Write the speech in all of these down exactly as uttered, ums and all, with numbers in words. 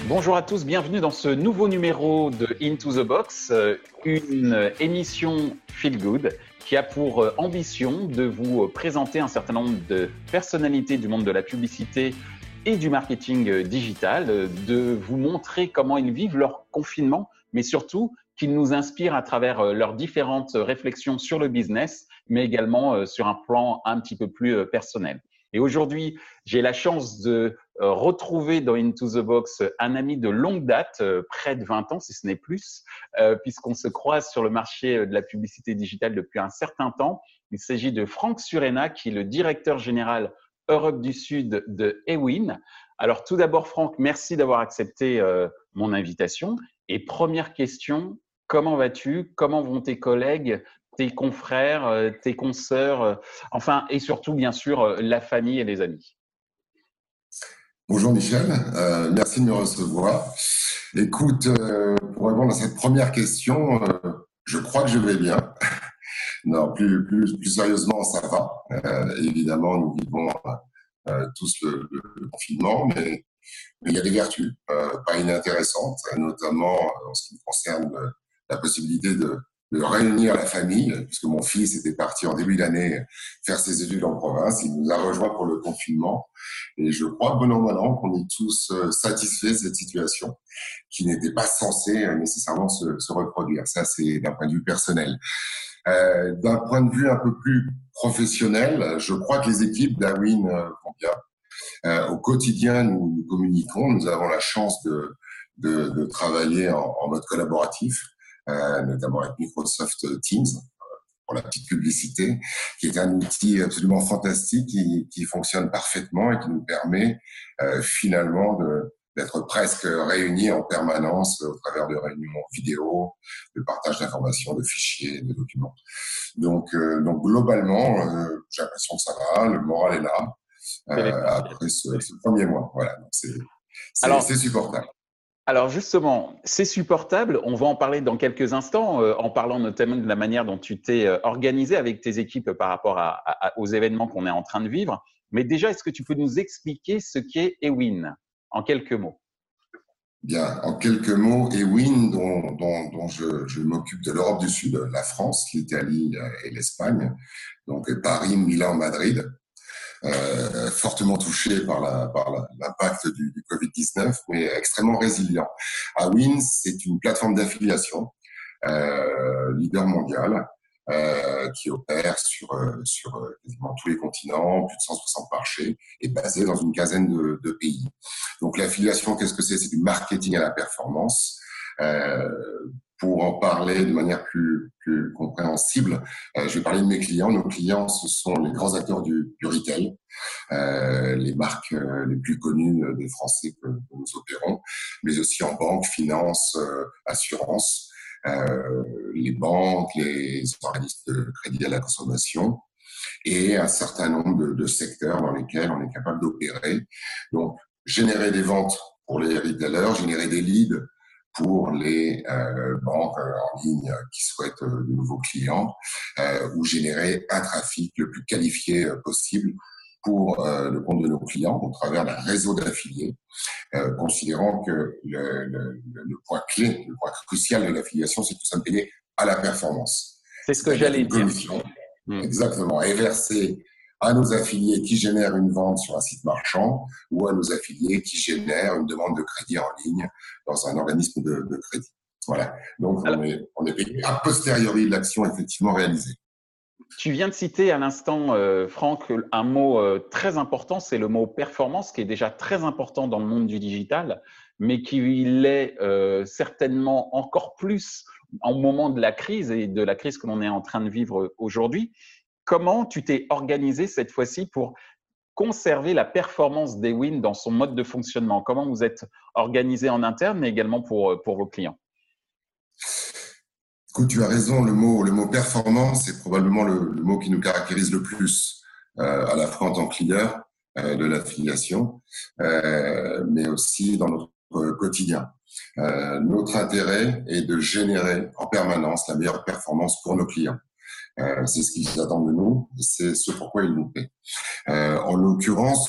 Bonjour à tous, bienvenue dans ce nouveau numéro de Into the Box, une émission Feel Good qui a pour ambition de vous présenter un certain nombre de personnalités du monde de la publicité et du marketing digital, de vous montrer comment ils vivent leur confinement, mais surtout qu'ils nous inspirent à travers leurs différentes réflexions sur le business, mais également sur un plan un petit peu plus personnel. Et aujourd'hui, j'ai la chance de retrouver dans Into the Box un ami de longue date, près de vingt ans si ce n'est plus, puisqu'on se croise sur le marché de la publicité digitale depuis un certain temps. Il s'agit de Franck Surena, qui est le directeur général Europe du Sud de Ewin. Alors tout d'abord, Franck, merci d'avoir accepté mon invitation. Et première question, comment vas-tu? Comment vont tes collègues, tes confrères, tes consoeurs, enfin, et surtout, bien sûr, la famille et les amis? Bonjour Michel, euh, merci de me recevoir. Écoute, euh, pour répondre à cette première question, euh, je crois que je vais bien. Non, plus, plus, plus sérieusement, ça va. Euh, évidemment, nous vivons euh, tous le, le, le confinement, mais, mais il y a des vertus, euh, pas inintéressantes, notamment en ce qui me concerne la possibilité de de réunir la famille, puisque mon fils était parti en début d'année faire ses études en province. Il nous a rejoint pour le confinement. Et je crois, bon an, mal an, qu'on est tous satisfaits de cette situation qui n'était pas censée nécessairement se, se reproduire. Ça, c'est d'un point de vue personnel. Euh, d'un point de vue un peu plus professionnel, je crois que les équipes d'Awin vont bien. Euh, au quotidien, nous, nous communiquons. Nous avons la chance de, de, de travailler en, en mode collaboratif. Euh, notamment avec Microsoft Teams, pour la petite publicité, qui est un outil absolument fantastique qui, qui fonctionne parfaitement et qui nous permet euh, finalement de, d'être presque réunis en permanence au travers de réunions vidéo, de partage d'informations, de fichiers, de documents. Donc, euh, donc globalement, euh, j'ai l'impression que ça va, le moral est là euh, après ce, ce premier mois. Voilà, donc c'est, c'est, Alors, c'est supportable. Alors justement, c'est supportable. On va en parler dans quelques instants, euh, en parlant notamment de la manière dont tu t'es euh, organisé avec tes équipes par rapport à, à, aux événements qu'on est en train de vivre. Mais déjà, est-ce que tu peux nous expliquer ce qu'est Ewin en quelques mots? Bien, en quelques mots, Ewin, dont, dont, dont je, je m'occupe de l'Europe du Sud, la France, l'Italie et l'Espagne, donc Paris, Milan, Madrid. Euh, fortement touché par la par la, l'impact du, du covid dix-neuf, mais extrêmement résilient. Awin, c'est une plateforme d'affiliation euh, leader mondial euh, qui opère sur euh, sur euh, quasiment tous les continents, plus de cent soixante marchés, et basée dans une quinzaine de, de pays. Donc l'affiliation, qu'est-ce que c'est? C'est du marketing à la performance. Euh, Pour en parler de manière plus, plus compréhensible, euh, je vais parler de mes clients. Nos clients, ce sont les grands acteurs du, du retail, euh, les marques euh, les plus connues des Français que, que nous opérons, mais aussi en banque, finance, euh, assurance, euh, les banques, les organismes de crédit à la consommation et un certain nombre de, de secteurs dans lesquels on est capable d'opérer. Donc, générer des ventes pour les retailers, générer des leads pour les euh, banques en ligne qui souhaitent euh, de nouveaux clients euh, ou générer un trafic le plus qualifié euh, possible pour euh, le compte de nos clients au travers d'un réseau d'affiliés, euh, considérant que le, le, le point clé, le point crucial de l'affiliation, c'est tout ça de payer à la performance. C'est ce que j'allais dire. Commission, mmh. Exactement, est versée à nos affiliés qui génèrent une vente sur un site marchand ou à nos affiliés qui génèrent une demande de crédit en ligne dans un organisme de, de crédit. Voilà. Donc, Alors, on est, on est payé a posteriori de l'action effectivement réalisée. Tu viens de citer à l'instant, euh, Franck, un mot euh, très important, c'est le mot performance, qui est déjà très important dans le monde du digital, mais qui l'est euh, certainement encore plus en moment de la crise et de la crise que l'on est en train de vivre aujourd'hui. Comment tu t'es organisé cette fois-ci pour conserver la performance d'Ewin dans son mode de fonctionnement? Comment vous êtes organisé en interne, mais également pour, pour vos clients? Écoute, tu as raison, le mot, le mot performance, c'est probablement le, le mot qui nous caractérise le plus, euh, à la fois en tant que leader euh, de l'affiliation, euh, mais aussi dans notre quotidien. Euh, notre intérêt est de générer en permanence la meilleure performance pour nos clients. Euh, c'est ce qu'ils attendent de nous, c'est ce pourquoi ils nous paient. Euh, en l'occurrence,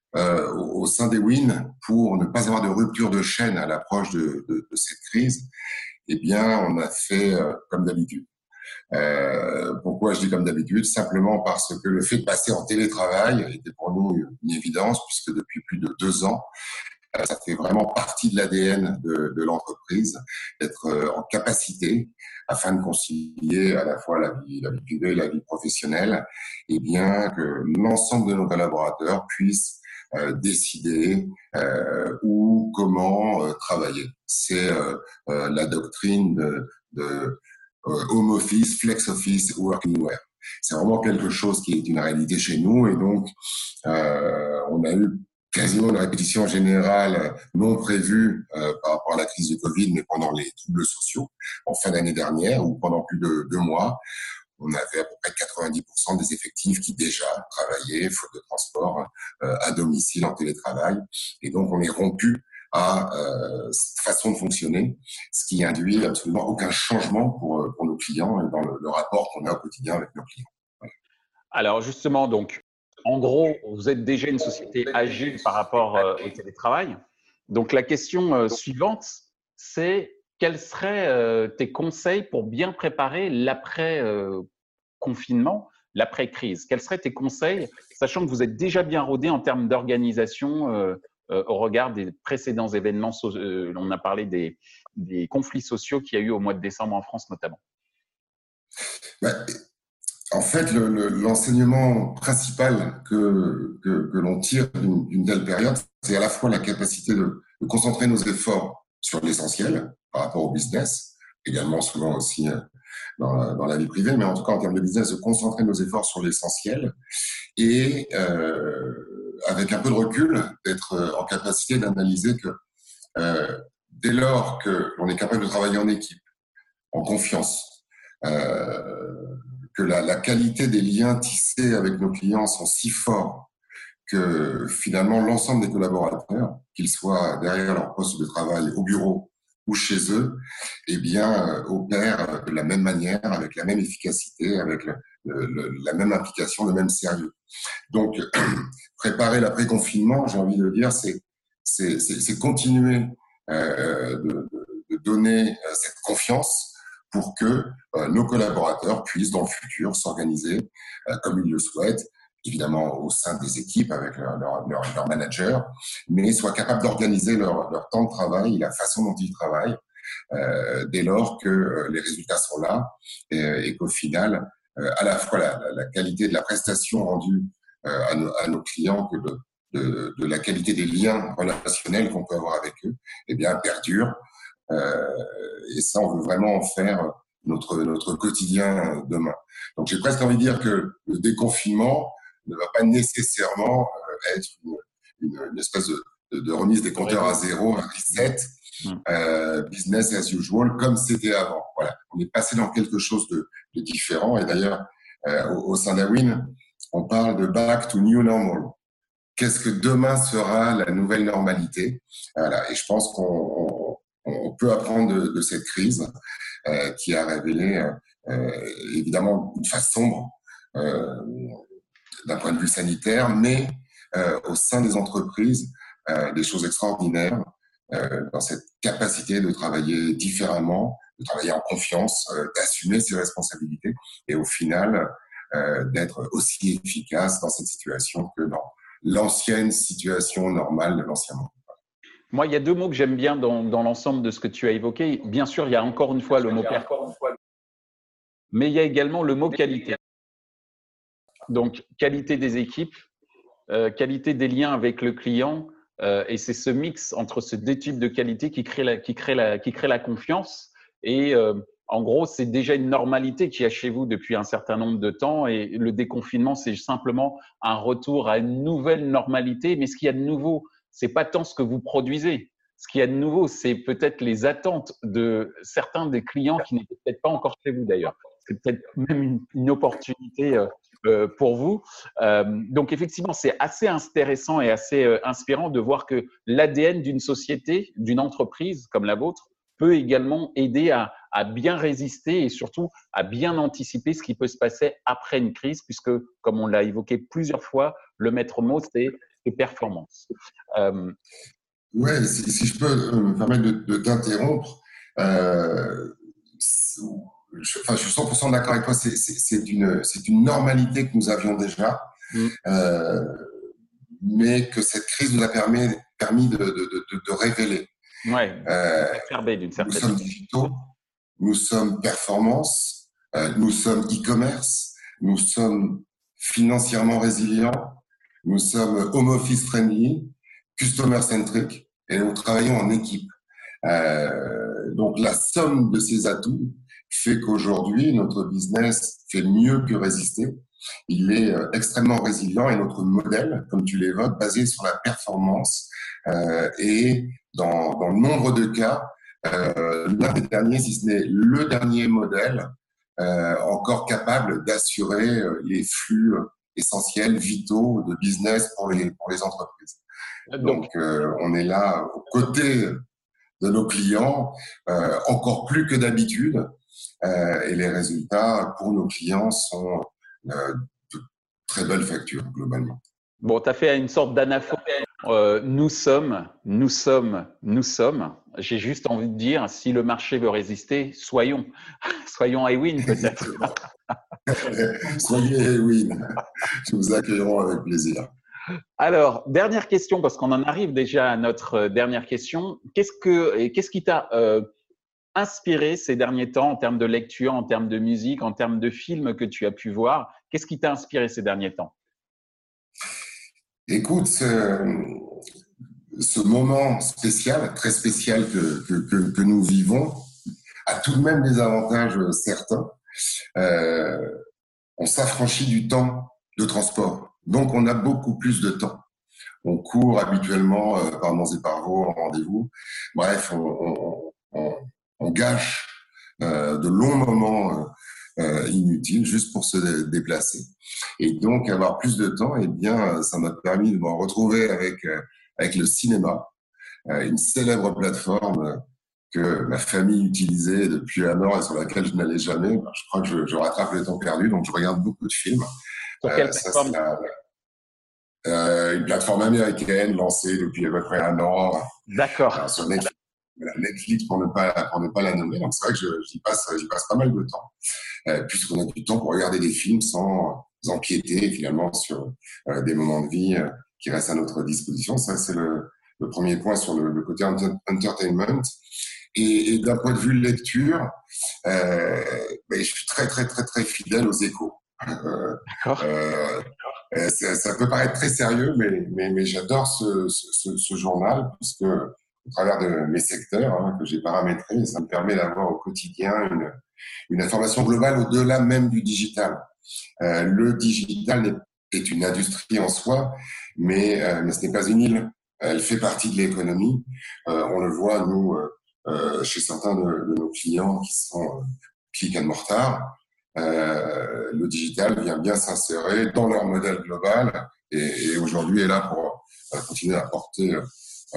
euh, au, au sein des Win, pour ne pas avoir de rupture de chaîne à l'approche de, de, de cette crise, eh bien, on a fait euh, comme d'habitude. Euh, pourquoi je dis comme d'habitude? Simplement parce que le fait de passer en télétravail était pour nous une évidence, puisque depuis plus de deux ans, euh, ça fait vraiment partie de l'A D N de, de l'entreprise d'être euh, en capacité, afin de concilier à la fois la vie, la vie privée et la vie professionnelle, et bien que l'ensemble de nos collaborateurs puissent euh, décider euh, où, comment euh, travailler. C'est euh, euh, la doctrine de, de euh, home office, flex office, work anywhere. C'est vraiment quelque chose qui est une réalité chez nous, et donc euh, on a eu quasiment une répétition générale non prévue euh, par rapport à la crise du Covid, mais pendant les troubles sociaux en fin d'année dernière, ou pendant plus de deux mois, on avait à peu près quatre-vingt-dix pour cent des effectifs qui déjà travaillaient, faute de transport, euh, à domicile en télétravail. Et donc on est rompu à euh, cette façon de fonctionner, ce qui induit absolument aucun changement pour, pour nos clients et dans le, le rapport qu'on a au quotidien avec nos clients. Voilà. Alors justement, donc, en gros, vous êtes déjà une société agile par rapport euh, au télétravail. Donc la question euh, suivante, c'est quels seraient euh, tes conseils pour bien préparer l'après-confinement, euh, l'après-crise? Quels seraient tes conseils, sachant que vous êtes déjà bien rodé en termes d'organisation euh, euh, au regard des précédents événements? euh, On a parlé des, des conflits sociaux qu'il y a eu au mois de décembre en France notamment. Ben, en fait, le, le, l'enseignement principal que, que, que l'on tire d'une, d'une telle période, c'est à la fois la capacité de, de concentrer nos efforts sur l'essentiel par rapport au business, également souvent aussi euh, dans, la, dans la vie privée, mais en tout cas en termes de business, de concentrer nos efforts sur l'essentiel et euh, avec un peu de recul, d'être en capacité d'analyser que euh, dès lors que l'on est capable de travailler en équipe, en confiance, euh, que la, la qualité des liens tissés avec nos clients sont si forts que finalement l'ensemble des collaborateurs, qu'ils soient derrière leur poste de travail au bureau ou chez eux, eh bien euh, opèrent de la même manière, avec la même efficacité, avec le, le, la même implication, le même sérieux. Donc préparer l'après-confinement, j'ai envie de dire, c'est c'est, c'est, c'est continuer euh, de, de donner cette confiance pour que euh, nos collaborateurs puissent dans le futur s'organiser euh, comme ils le souhaitent, évidemment au sein des équipes avec leur, leur, leur, leur manager, mais soient capables d'organiser leur, leur temps de travail, la façon dont ils travaillent, euh, dès lors que euh, les résultats sont là et, et qu'au final, euh, à la fois la, la, la qualité de la prestation rendue euh, à, nos, à nos clients que de, de, de la qualité des liens relationnels qu'on peut avoir avec eux, eh bien, perdure. Euh, et ça, on veut vraiment en faire notre, notre quotidien demain. Donc, j'ai presque envie de dire que le déconfinement ne va pas nécessairement euh, être une, une, une espèce de, de, de remise des compteurs à zéro, un reset, euh, business as usual, comme c'était avant. Voilà, on est passé dans quelque chose de, de différent. Et d'ailleurs, euh, au, au sein d'Awin, on parle de back to new normal. Qu'est-ce que demain sera la nouvelle normalité? Voilà, et je pense qu'on on, on peut apprendre de, de cette crise euh, qui a révélé euh, évidemment une phase sombre euh, d'un point de vue sanitaire, mais euh, au sein des entreprises, euh, des choses extraordinaires euh, dans cette capacité de travailler différemment, de travailler en confiance, euh, d'assumer ses responsabilités et au final euh, d'être aussi efficace dans cette situation que dans l'ancienne situation normale de l'ancien monde. Moi, il y a deux mots que j'aime bien dans, dans l'ensemble de ce que tu as évoqué. Bien sûr, il y a encore une fois le mot performance, mais il y a également le mot qualité. Donc, qualité des équipes, euh, qualité des liens avec le client, euh, et c'est ce mix entre ces deux types de qualité qui crée la, qui crée la, qui crée la confiance. Et euh, en gros, c'est déjà une normalité qu'il y a chez vous depuis un certain nombre de temps. Et le déconfinement, c'est simplement un retour à une nouvelle normalité. Mais ce qu'il y a de nouveau, c'est pas tant ce que vous produisez. Ce qu'il y a de nouveau, c'est peut-être les attentes de certains des clients qui n'étaient peut-être pas encore chez vous d'ailleurs. C'est peut-être même une, une opportunité euh, pour vous. Euh, donc effectivement, c'est assez intéressant et assez euh, inspirant de voir que l'A D N d'une société, d'une entreprise comme la vôtre, peut également aider à, à bien résister et surtout à bien anticiper ce qui peut se passer après une crise, puisque, comme on l'a évoqué plusieurs fois, le maître mot, c'est et performance. Euh, ouais, si, si je peux me permettre de, de t'interrompre, euh, je, enfin, je suis cent pour cent d'accord avec toi. C'est, c'est, c'est une, c'est une normalité que nous avions déjà, mm. euh, mais que cette crise nous a permis, permis de, de, de, de révéler. Ouais, euh, d'une nous sommes digitaux, nous sommes performance, euh, nous sommes e-commerce, nous sommes financièrement résilients, nous sommes home office friendly, customer centric, et nous travaillons en équipe. Euh, donc la somme de ces atouts fait qu'aujourd'hui notre business fait mieux que résister. Il est euh, extrêmement résilient et notre modèle, comme tu l'évoques, basé sur la performance euh, et dans, dans le nombre de cas, euh, l'un des derniers, si ce n'est le dernier modèle euh, encore capable d'assurer euh, les flux essentiels, vitaux de business pour les, pour les entreprises. Donc, Donc euh, on est là aux côtés de nos clients, euh, encore plus que d'habitude, euh, et les résultats pour nos clients sont euh, de très belles factures globalement. Bon, tu as fait une sorte d'anaphore. Euh, nous sommes, nous sommes, nous sommes. J'ai juste envie de dire, si le marché veut résister, soyons. Soyons Ewin peut-être. Soyez Ewin. Nous vous accueillerons avec plaisir. Alors, dernière question, parce qu'on en arrive déjà à notre dernière question. Qu'est-ce que, qu'est-ce qui t'a euh, inspiré ces derniers temps en termes de lecture, en termes de musique, en termes de films que tu as pu voir? Qu'est-ce qui t'a inspiré ces derniers temps? Écoute, ce, ce moment spécial, très spécial que, que, que, que nous vivons, a tout de même des avantages certains. Euh, on s'affranchit du temps de transport, donc on a beaucoup plus de temps. On court habituellement euh, par Mons et par Vaux en rendez-vous. Bref, on, on, on, on gâche euh, de longs moments euh, inutiles juste pour se déplacer. Et donc, avoir plus de temps, eh bien, ça m'a permis de me retrouver avec, euh, avec le cinéma, euh, une célèbre plateforme que ma famille utilisait depuis un an et sur laquelle je n'allais jamais. Je crois que je, je rattrape le temps perdu, donc je regarde beaucoup de films. Sur quelle euh, plateforme? Ça, Euh, une plateforme américaine lancée depuis à peu près un an. D'accord. Sur Netflix, Netflix pour ne pas pour ne pas la nommer. Donc c'est vrai que je, j'y passe j'y passe pas mal de temps euh, puisqu'on a du temps pour regarder des films sans empiéter finalement sur euh, des moments de vie euh, qui restent à notre disposition. Ça c'est le, le premier point sur le, le côté entertainment. Et, et d'un point de vue lecture, euh, ben, je suis très très très très fidèle aux Échos. Euh, D'accord. Euh, ça, ça peut paraître très sérieux, mais, mais, mais j'adore ce, ce, ce journal, puisque au travers de mes secteurs hein, que j'ai paramétrés, ça me permet d'avoir au quotidien une, une information globale au-delà même du digital. Euh, le digital est, est une industrie en soi, mais, euh, mais ce n'est pas une île. Elle fait partie de l'économie. Euh, on le voit, nous, euh, chez certains de, de nos clients qui sont euh, click and mortar. Euh, le digital vient bien s'insérer dans leur modèle global et, et aujourd'hui est là pour euh, continuer à porter, euh,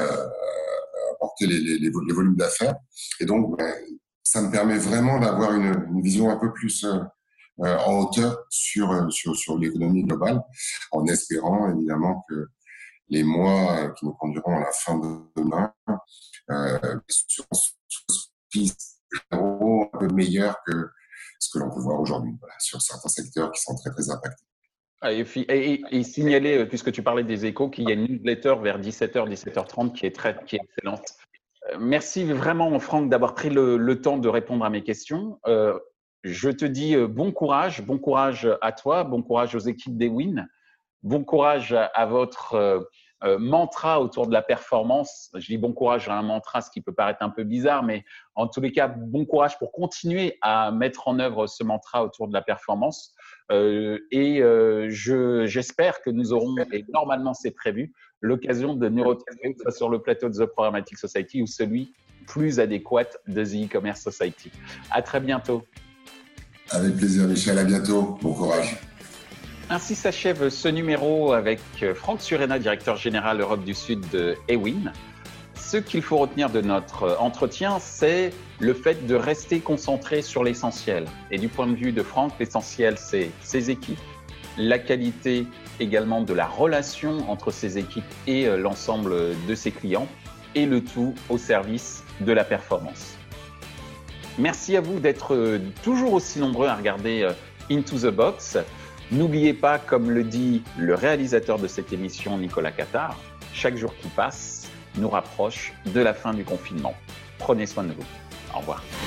à porter les, les, les volumes d'affaires. Et donc, ben, ça me permet vraiment d'avoir une, une vision un peu plus euh, en hauteur sur, sur, sur l'économie globale, en espérant évidemment que les mois qui nous conduiront à la fin de demain euh, seront un peu meilleurs que ce que l'on peut voir aujourd'hui voilà, sur certains secteurs qui sont très, très impactés. Et, et, et signaler, puisque tu parlais des Échos, qu'il y a une newsletter vers dix-sept heures, dix-sept heures trente qui est, très, qui est excellente. Merci vraiment, Franck, d'avoir pris le, le temps de répondre à mes questions. Euh, je te dis bon courage, bon courage à toi, bon courage aux équipes d'Ewin, bon courage à, à votre euh, Euh, mantra autour de la performance. Je dis bon courage à un mantra, ce qui peut paraître un peu bizarre, mais en tous les cas, bon courage pour continuer à mettre en œuvre ce mantra autour de la performance. Euh, et euh, je, j'espère que nous aurons, et normalement c'est prévu, l'occasion de nous retrouver soit sur le plateau de The Programmatic Society ou celui plus adéquat de The E-Commerce Society. À très bientôt. Avec plaisir, Michel. À bientôt. Bon courage. Ainsi s'achève ce numéro avec Franck Surena, directeur général Europe du Sud de Ewin. Ce qu'il faut retenir de notre entretien, c'est le fait de rester concentré sur l'essentiel. Et du point de vue de Franck, l'essentiel, c'est ses équipes, la qualité également de la relation entre ses équipes et euh, l'ensemble de ses clients, et le tout au service de la performance. Merci à vous d'être euh, toujours aussi nombreux à regarder euh, Into the Box. N'oubliez pas, comme le dit le réalisateur de cette émission, Nicolas Cattard, chaque jour qui passe nous rapproche de la fin du confinement. Prenez soin de vous. Au revoir.